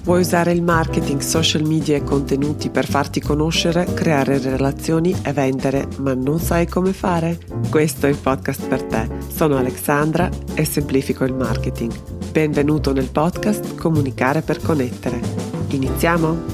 Vuoi usare il marketing, social media e contenuti per farti conoscere, creare relazioni e vendere, ma non sai come fare? Questo è il podcast per te. Sono Alexandra e semplifico il marketing. Benvenuto nel podcast Comunicare per connettere. Iniziamo?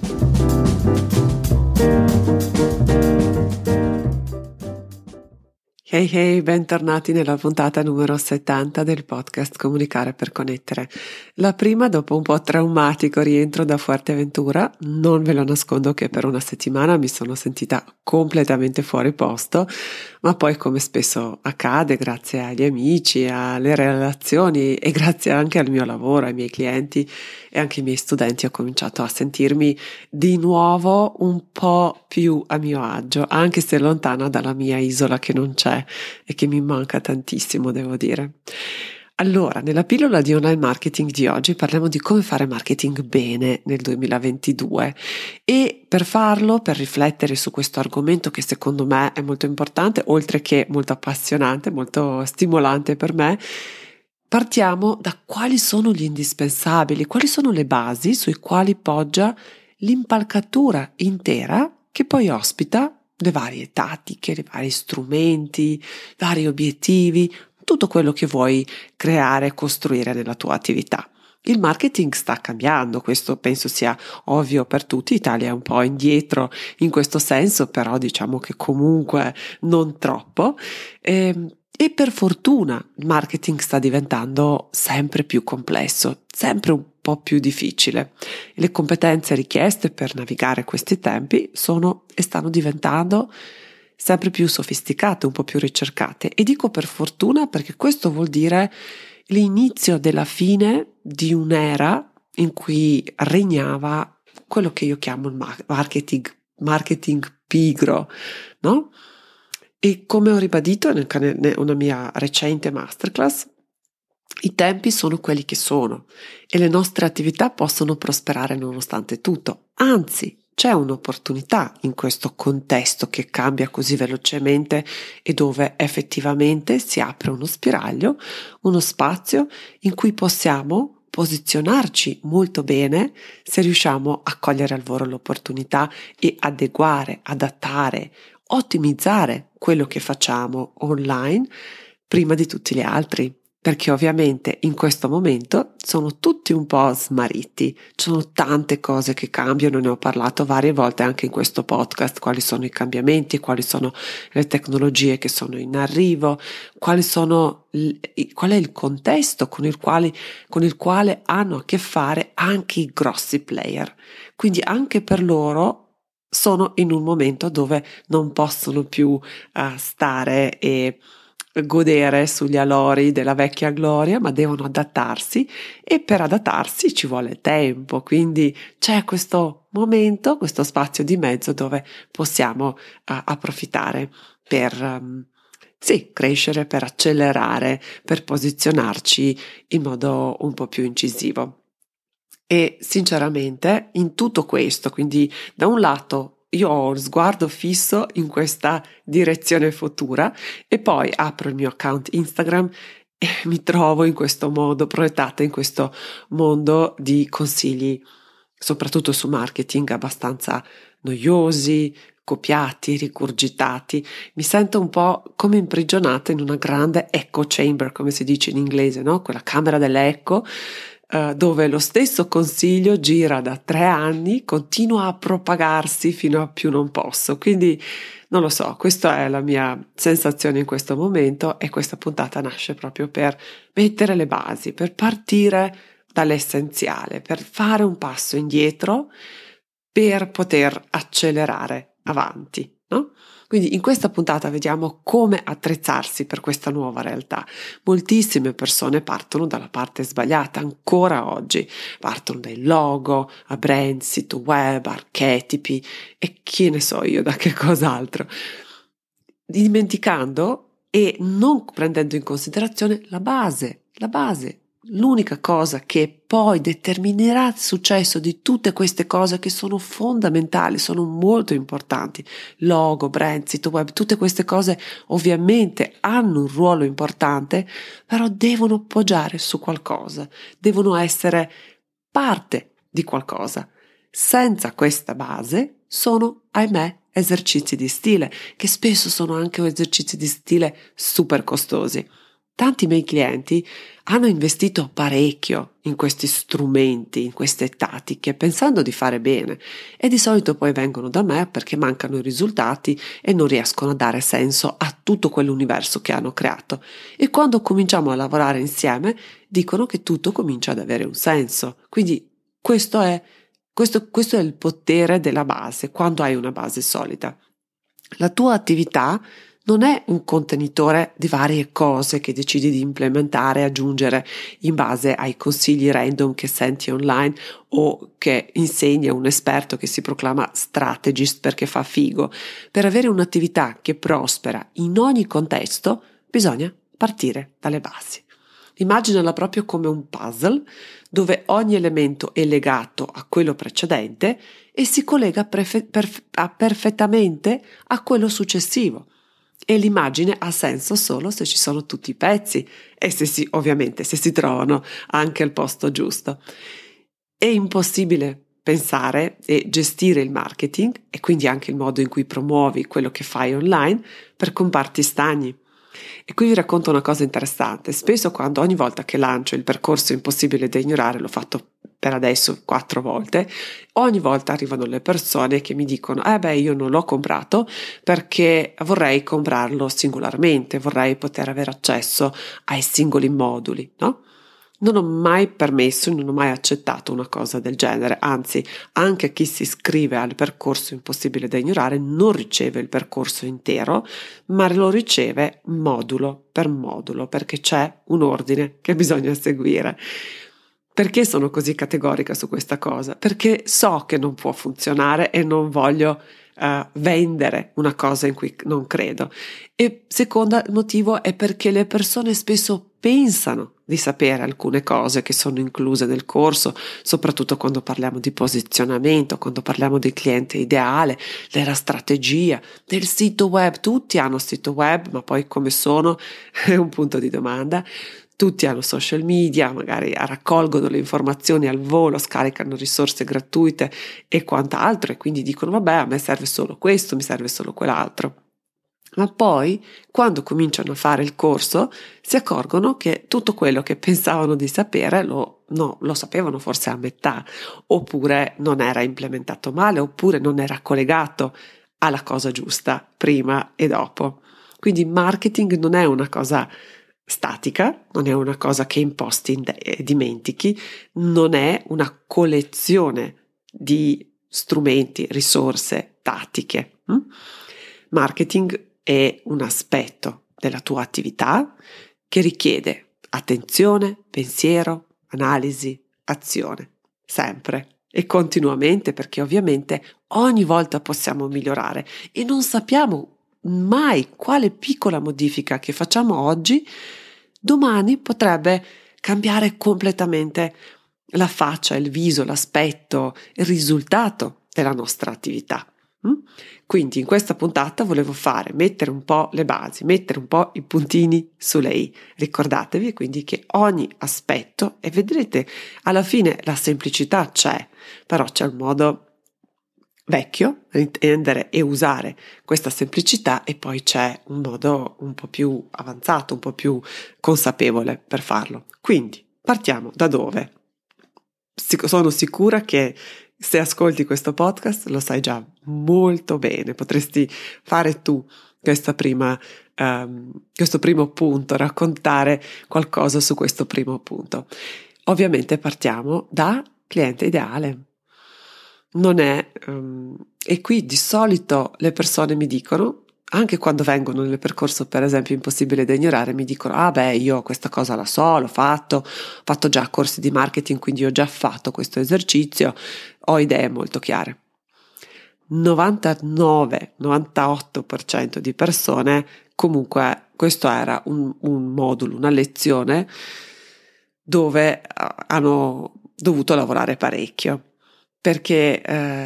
Hey hey, bentornati nella puntata numero 70 del podcast Comunicare per connettere. La prima dopo un po' traumatico rientro da Fuerteventura. Non ve lo nascondo che per una settimana mi sono sentita completamente fuori posto, ma poi, come spesso accade, grazie agli amici, alle relazioni e grazie anche al mio lavoro, ai miei clienti e anche ai miei studenti, ho cominciato a sentirmi di nuovo un po' più a mio agio, anche se lontana dalla mia isola che non c'è e che mi manca tantissimo, devo dire. Allora, nella pillola di online marketing di oggi parliamo di come fare marketing bene nel 2022 e per farlo, per riflettere su questo argomento che secondo me è molto importante, oltre che molto appassionante, molto stimolante per me, partiamo da quali sono gli indispensabili, quali sono le basi sui quali poggia l'impalcatura intera che poi ospita le varie tattiche, i vari strumenti, vari obiettivi, tutto quello che vuoi creare e costruire nella tua attività. Il marketing sta cambiando, questo penso sia ovvio per tutti. Italia è un po' indietro in questo senso, però diciamo che comunque non troppo. E per fortuna il marketing sta diventando sempre più complesso, sempre un po' più difficile. Le competenze richieste per navigare questi tempi sono e stanno diventando sempre più sofisticate, un po' più ricercate. E dico per fortuna perché questo vuol dire l'inizio della fine di un'era in cui regnava quello che io chiamo il marketing pigro, no? E come ho ribadito in una mia recente masterclass, i tempi sono quelli che sono e le nostre attività possono prosperare nonostante tutto. Anzi, c'è un'opportunità in questo contesto che cambia così velocemente e dove effettivamente si apre uno spiraglio, uno spazio in cui possiamo posizionarci molto bene se riusciamo a cogliere al volo l'opportunità e adeguare, adattare, ottimizzare quello che facciamo online prima di tutti gli altri, perché ovviamente in questo momento sono tutti un po' smarriti, ci sono tante cose che cambiano, ne ho parlato varie volte anche in questo podcast, quali sono i cambiamenti, quali sono le tecnologie che sono in arrivo, qual è il contesto con il quale hanno a che fare anche i grossi player, quindi anche per loro sono in un momento dove non possono più stare e godere sugli allori della vecchia gloria, ma devono adattarsi e per adattarsi ci vuole tempo, quindi c'è questo momento, questo spazio di mezzo dove possiamo approfittare per crescere, per accelerare, per posizionarci in modo un po' più incisivo. E sinceramente in tutto questo, quindi da un lato io ho lo sguardo fisso in questa direzione futura e poi apro il mio account Instagram e mi trovo in questo modo, proiettata in questo mondo di consigli, soprattutto su marketing, abbastanza noiosi, copiati, rigurgitati. Mi sento un po' come imprigionata in una grande echo chamber, come si dice in inglese, no? Quella camera dell'eco, dove lo stesso consiglio gira da 3 anni, continua a propagarsi fino a più non posso. Quindi non lo so, questa è la mia sensazione in questo momento e questa puntata nasce proprio per mettere le basi, per partire dall'essenziale, per fare un passo indietro, per poter accelerare avanti, no? Quindi in questa puntata vediamo come attrezzarsi per questa nuova realtà. Moltissime persone partono dalla parte sbagliata ancora oggi, partono dai logo, a brand, sito web, archetipi e chi ne so io da che cos'altro, dimenticando e non prendendo in considerazione la base. L'unica cosa che poi determinerà il successo di tutte queste cose che sono fondamentali, sono molto importanti, logo, brand, sito web, tutte queste cose ovviamente hanno un ruolo importante, però devono poggiare su qualcosa, devono essere parte di qualcosa. Senza questa base sono, ahimè, esercizi di stile, che spesso sono anche esercizi di stile super costosi. Tanti miei clienti hanno investito parecchio in questi strumenti, in queste tattiche, pensando di fare bene, e di solito poi vengono da me perché mancano i risultati e non riescono a dare senso a tutto quell'universo che hanno creato. E quando cominciamo a lavorare insieme, dicono che tutto comincia ad avere un senso. Quindi questo è il potere della base, quando hai una base solida. La tua attività non è un contenitore di varie cose che decidi di implementare e aggiungere in base ai consigli random che senti online o che insegna un esperto che si proclama strategist perché fa figo. Per avere un'attività che prospera in ogni contesto, bisogna partire dalle basi. Immaginala proprio come un puzzle dove ogni elemento è legato a quello precedente e si collega perfettamente a quello successivo. E l'immagine ha senso solo se ci sono tutti i pezzi e ovviamente se si trovano anche al posto giusto. È impossibile pensare e gestire il marketing e quindi anche il modo in cui promuovi quello che fai online per comparti stagni. E qui vi racconto una cosa interessante. Spesso ogni volta che lancio il percorso impossibile da ignorare, l'ho fatto per adesso 4 volte, ogni volta arrivano le persone che mi dicono io non l'ho comprato perché vorrei comprarlo singolarmente, vorrei poter avere accesso ai singoli moduli, no? Non ho mai permesso, non ho mai accettato una cosa del genere, anzi, anche chi si iscrive al percorso impossibile da ignorare non riceve il percorso intero, ma lo riceve modulo per modulo, perché c'è un ordine che bisogna seguire. Perché sono così categorica su questa cosa? Perché so che non può funzionare e non voglio vendere una cosa in cui non credo. E secondo motivo è perché le persone spesso pensano di sapere alcune cose che sono incluse nel corso, soprattutto quando parliamo di posizionamento, quando parliamo del cliente ideale, della strategia, del sito web. Tutti hanno sito web, ma poi come sono è un punto di domanda. Tutti hanno social media, magari raccolgono le informazioni al volo, scaricano risorse gratuite e quant'altro, e quindi dicono vabbè, a me serve solo questo, mi serve solo quell'altro. Ma poi, quando cominciano a fare il corso, si accorgono che tutto quello che pensavano di sapere lo sapevano forse a metà, oppure non era implementato male, oppure non era collegato alla cosa giusta prima e dopo. Quindi marketing non è una cosa statica, non è una cosa che imposti e dimentichi, non è una collezione di strumenti, risorse, tattiche. Marketing è un aspetto della tua attività che richiede attenzione, pensiero, analisi, azione, sempre e continuamente, perché ovviamente ogni volta possiamo migliorare e non sappiamo mai quale piccola modifica che facciamo oggi domani potrebbe cambiare completamente la faccia, il viso, l'aspetto, il risultato della nostra attività. Quindi in questa puntata volevo mettere un po' le basi, mettere un po' i puntini sulle i. Ricordatevi quindi che ogni aspetto, e vedrete alla fine la semplicità c'è, però c'è un modo vecchio intendere e usare questa semplicità, e poi c'è un modo un po' più avanzato, un po' più consapevole per farlo. Quindi partiamo da dove? Sono sicura che se ascolti questo podcast lo sai già molto bene, potresti fare tu questo primo punto, raccontare qualcosa su questo primo punto. Ovviamente partiamo da cliente ideale. Non è, e qui di solito le persone mi dicono, anche quando vengono nel percorso per esempio impossibile da ignorare, mi dicono io questa cosa la so, ho fatto già corsi di marketing, quindi ho già fatto questo esercizio, ho idee molto chiare. 99-98% di persone comunque questo era un modulo, una lezione dove hanno dovuto lavorare parecchio. Perché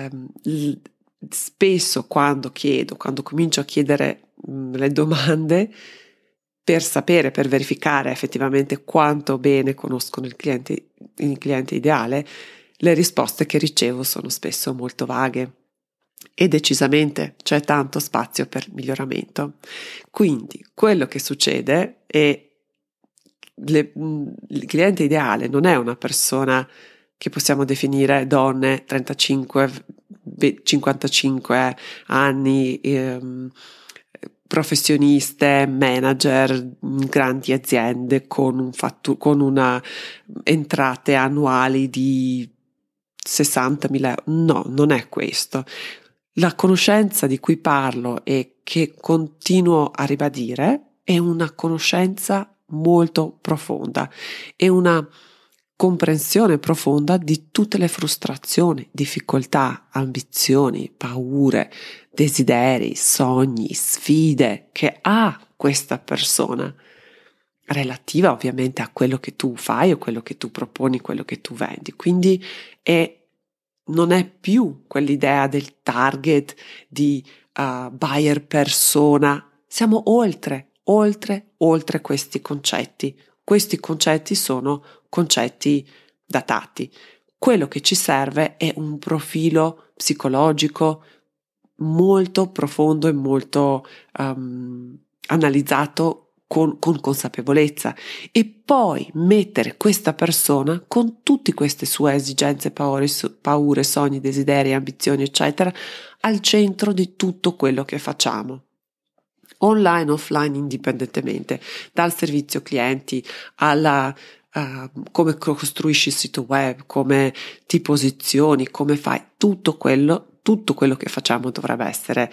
spesso quando comincio a chiedere le domande per sapere, per verificare effettivamente quanto bene conoscono il cliente ideale, le risposte che ricevo sono spesso molto vaghe e decisamente c'è tanto spazio per miglioramento. Quindi quello che succede è il cliente ideale non è una persona che possiamo definire donne 35, 55 anni, professioniste, manager in grandi aziende con una entrate annuali di 60.000 euro. No, non è questo. La conoscenza di cui parlo e che continuo a ribadire è una conoscenza molto profonda, è una comprensione profonda di tutte le frustrazioni, difficoltà, ambizioni, paure, desideri, sogni, sfide che ha questa persona, relativa ovviamente a quello che tu fai o quello che tu proponi, quello che tu vendi. Quindi non è più quell'idea del target di buyer persona, siamo oltre questi concetti. Questi concetti sono concetti datati. Quello che ci serve è un profilo psicologico molto profondo e molto analizzato con consapevolezza, e poi mettere questa persona con tutte queste sue esigenze, paure, sogni, desideri, ambizioni, eccetera, al centro di tutto quello che facciamo. Online, offline, indipendentemente, dal servizio clienti alla come costruisci il sito web, come ti posizioni, come fai, tutto quello che facciamo dovrebbe essere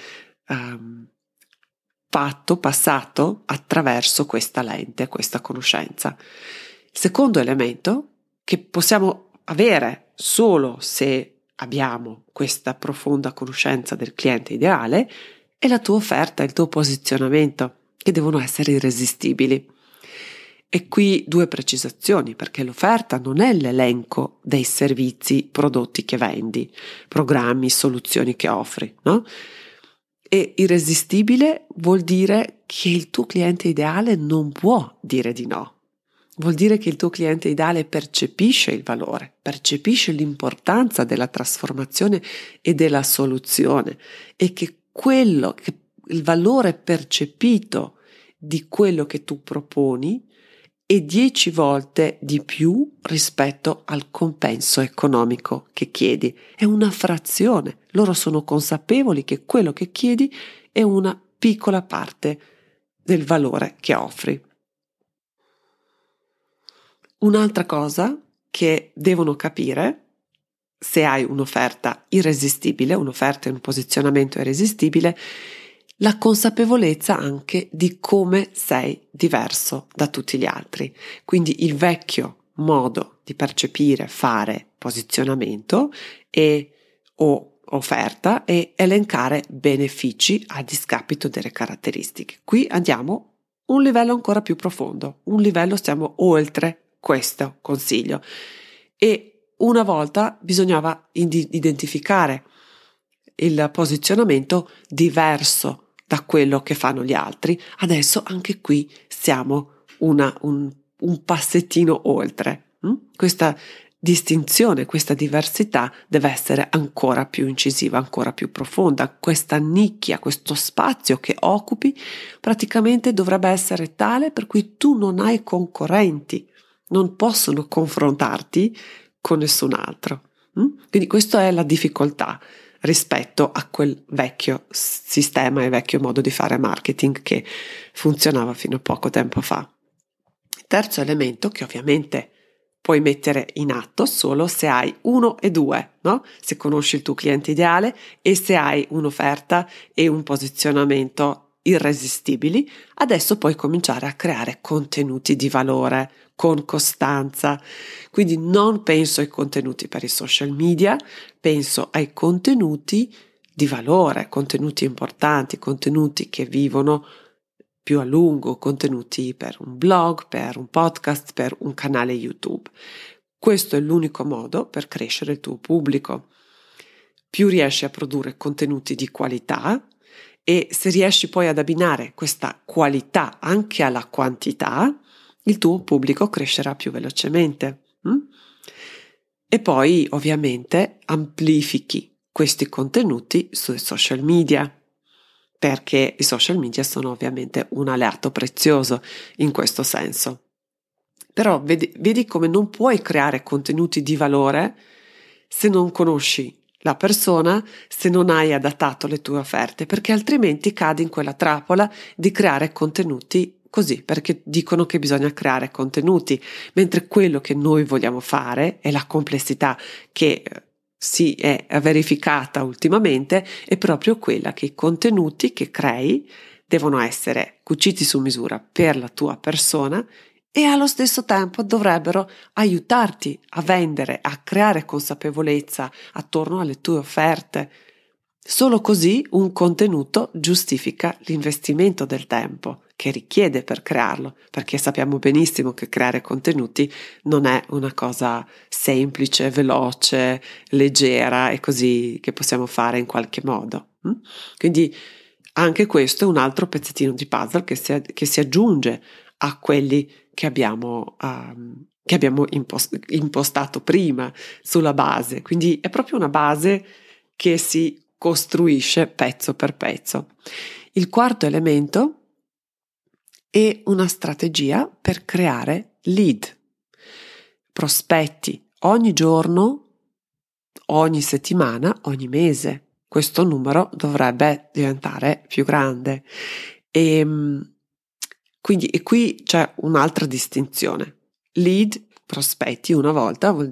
passato attraverso questa lente, questa conoscenza. Il secondo elemento che possiamo avere solo se abbiamo questa profonda conoscenza del cliente ideale è la tua offerta, il tuo posizionamento, che devono essere irresistibili. E qui due precisazioni, perché l'offerta non è l'elenco dei servizi, prodotti che vendi, programmi, soluzioni che offri, no? E irresistibile vuol dire che il tuo cliente ideale non può dire di no. Vuol dire che il tuo cliente ideale percepisce il valore, percepisce l'importanza della trasformazione e della soluzione, e che il valore percepito di quello che tu proponi è 10 volte di più rispetto al compenso economico che chiedi. È una frazione. Loro sono consapevoli che quello che chiedi è una piccola parte del valore che offri. Un'altra cosa che devono capire, se hai un'offerta irresistibile, un'offerta e un posizionamento irresistibile, la consapevolezza anche di come sei diverso da tutti gli altri. Quindi il vecchio modo di percepire, fare posizionamento o offerta e elencare benefici a discapito delle caratteristiche. Qui andiamo un livello ancora più profondo, un livello stiamo oltre questo consiglio, e una volta bisognava identificare il posizionamento diverso da quello che fanno gli altri. Adesso anche qui siamo un passettino oltre. Questa distinzione, questa diversità deve essere ancora più incisiva, ancora più profonda. Questa nicchia, questo spazio che occupi praticamente dovrebbe essere tale per cui tu non hai concorrenti, non possono confrontarti con nessun altro. Quindi questa è la difficoltà rispetto a quel vecchio sistema e vecchio modo di fare marketing che funzionava fino a poco tempo fa. Terzo elemento, che ovviamente puoi mettere in atto solo se hai 1 e 2, no? Se conosci il tuo cliente ideale e se hai un'offerta e un posizionamento irresistibili, adesso puoi cominciare a creare contenuti di valore con costanza. Quindi non penso ai contenuti per i social media, penso ai contenuti di valore, contenuti importanti, contenuti che vivono più a lungo, contenuti per un blog, per un podcast, per un canale YouTube. Questo è l'unico modo per crescere il tuo pubblico. Più riesci a produrre contenuti di qualità, e se riesci poi ad abbinare questa qualità anche alla quantità, il tuo pubblico crescerà più velocemente. E poi ovviamente amplifichi questi contenuti sui social media, perché i social media sono ovviamente un alleato prezioso in questo senso. Però vedi come non puoi creare contenuti di valore se non conosci la persona, se non hai adattato le tue offerte, perché altrimenti cadi in quella trappola di creare contenuti così, perché dicono che bisogna creare contenuti, mentre quello che noi vogliamo fare e la complessità che si è verificata ultimamente è proprio quella che i contenuti che crei devono essere cuciti su misura per la tua persona e allo stesso tempo dovrebbero aiutarti a vendere, a creare consapevolezza attorno alle tue offerte. Solo così un contenuto giustifica l'investimento del tempo che richiede per crearlo, perché sappiamo benissimo che creare contenuti non è una cosa semplice, veloce, leggera e così che possiamo fare in qualche modo. Quindi anche questo è un altro pezzettino di puzzle che si aggiunge a quelli che abbiamo impostato prima sulla base. Quindi è proprio una base che si costruisce pezzo per pezzo. Il quarto elemento è una strategia per creare lead, prospetti ogni giorno, ogni settimana, ogni mese. Questo numero dovrebbe diventare più grande. E qui c'è un'altra distinzione. Lead, prospetti, una volta vuol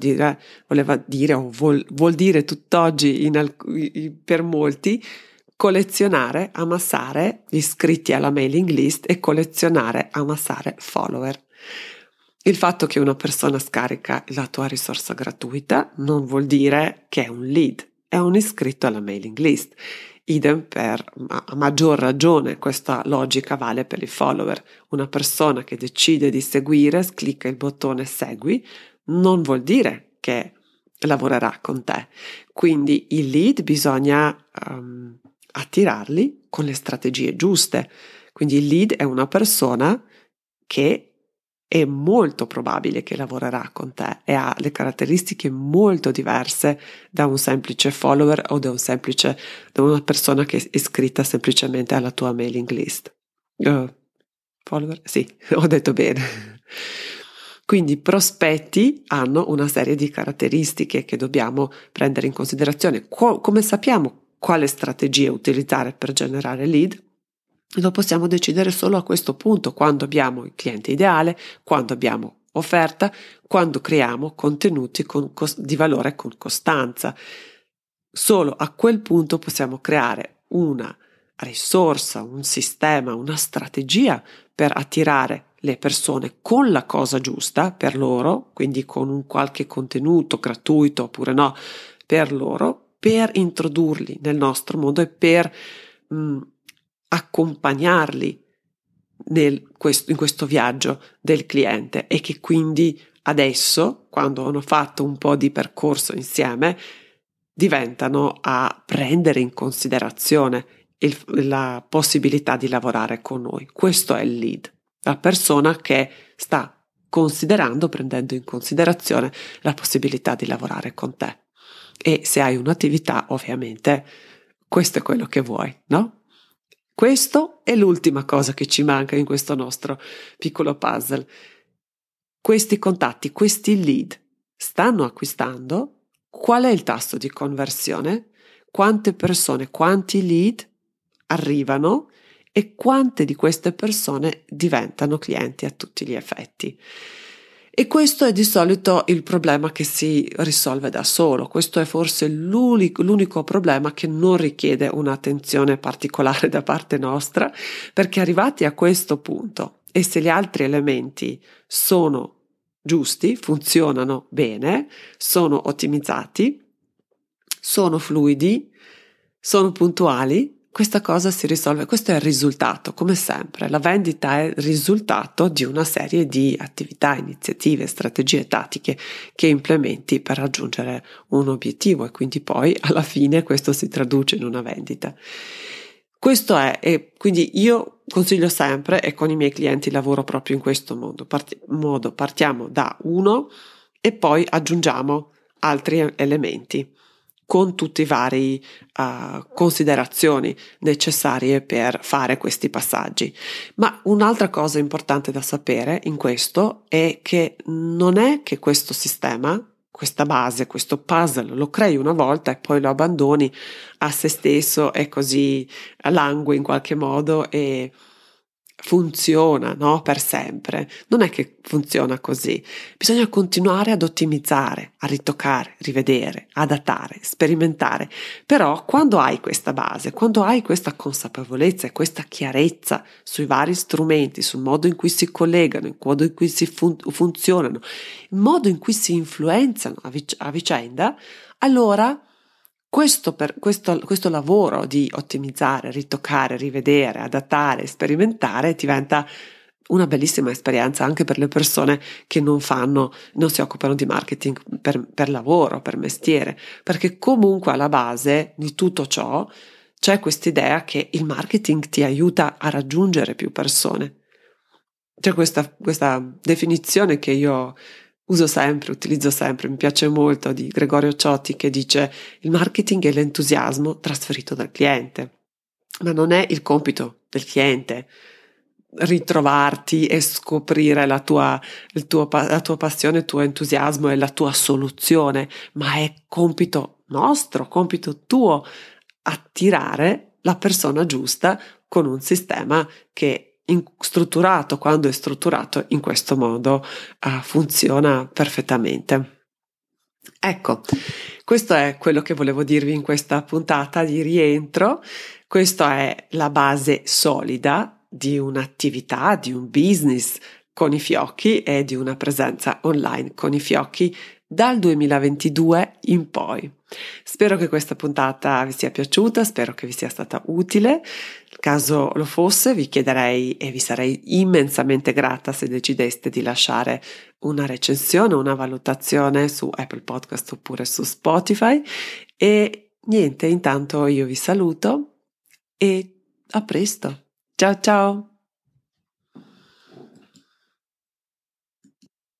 dire tutt'oggi per molti collezionare, amassare iscritti alla mailing list e collezionare, amassare follower. Il fatto che una persona scarica la tua risorsa gratuita non vuol dire che è un lead, è un iscritto alla mailing list. Idem a maggior ragione questa logica vale per i follower. Una persona che decide di seguire, clicca il bottone segui, non vuol dire che lavorerà con te. Quindi i lead bisogna attirarli con le strategie giuste. Quindi il lead è una persona che è molto probabile che lavorerà con te e ha le caratteristiche molto diverse da un semplice follower o da una persona che è iscritta semplicemente alla tua mailing list. Follower? Sì, ho detto bene. Quindi prospetti hanno una serie di caratteristiche che dobbiamo prendere in considerazione. Come sappiamo quale strategie utilizzare per generare lead? Lo possiamo decidere solo a questo punto, quando abbiamo il cliente ideale, quando abbiamo offerta, quando creiamo contenuti di valore con costanza. Solo a quel punto possiamo creare una risorsa, un sistema, una strategia per attirare le persone con la cosa giusta per loro, quindi con un qualche contenuto gratuito oppure no per loro, per introdurli nel nostro mondo e per accompagnarli in questo viaggio del cliente e che quindi adesso, quando hanno fatto un po' di percorso insieme, diventano a prendere in considerazione la possibilità di lavorare con noi. Questo è il lead, la persona che sta prendendo in considerazione la possibilità di lavorare con te. E se hai un'attività, ovviamente, questo è quello che vuoi, no? Questo è l'ultima cosa che ci manca in questo nostro piccolo puzzle. Questi contatti, questi lead, stanno acquistando? Qual è il tasso di conversione? Quante persone, quanti lead arrivano e quante di queste persone diventano clienti a tutti gli effetti? E questo è di solito il problema che si risolve da solo. Questo è forse l'unico problema che non richiede un'attenzione particolare da parte nostra, perché arrivati a questo punto e se gli altri elementi sono giusti, funzionano bene, sono ottimizzati, sono fluidi, sono puntuali, questa cosa si risolve. Questo è il risultato, come sempre. La vendita è il risultato di una serie di attività, iniziative, strategie tattiche che implementi per raggiungere un obiettivo e quindi poi alla fine questo si traduce in una vendita. Questo è, e quindi io consiglio sempre, e con i miei clienti lavoro proprio in questo modo. Partiamo da 1 e poi aggiungiamo altri elementi, con tutti i vari considerazioni necessarie per fare questi passaggi. Ma un'altra cosa importante da sapere in questo è che non è che questo sistema, questa base, questo puzzle lo crei una volta e poi lo abbandoni a se stesso e così langue in qualche modo e funziona, no? Per sempre. Non è che funziona così. Bisogna continuare ad ottimizzare, a ritoccare, rivedere, adattare, sperimentare. Però quando hai questa base, quando hai questa consapevolezza e questa chiarezza sui vari strumenti, sul modo in cui si collegano, il modo in cui si funzionano, il modo in cui si influenzano a vicenda, allora questo lavoro di ottimizzare, ritoccare, rivedere, adattare, sperimentare diventa una bellissima esperienza anche per le persone che non si occupano di marketing per lavoro, per mestiere, perché comunque alla base di tutto ciò c'è quest'idea che il marketing ti aiuta a raggiungere più persone. C'è questa definizione che io utilizzo sempre, mi piace molto, di Gregorio Ciotti, che dice: il marketing è l'entusiasmo trasferito dal cliente, ma non è il compito del cliente ritrovarti e scoprire la tua passione, il tuo entusiasmo e la tua soluzione, ma è compito nostro, compito tuo attirare la persona giusta con un sistema che strutturato, quando è strutturato in questo modo, funziona perfettamente. Ecco, questo è quello che volevo dirvi in questa puntata di rientro. Questa è la base solida di un'attività, di un business con i fiocchi e di una presenza online con i fiocchi dal 2022 in poi. Spero che questa puntata vi sia piaciuta, spero che vi sia stata utile. Nel caso lo fosse, vi chiederei e vi sarei immensamente grata se decideste di lasciare una recensione, una valutazione su Apple Podcast oppure su Spotify. E niente, intanto io vi saluto e a presto. Ciao ciao!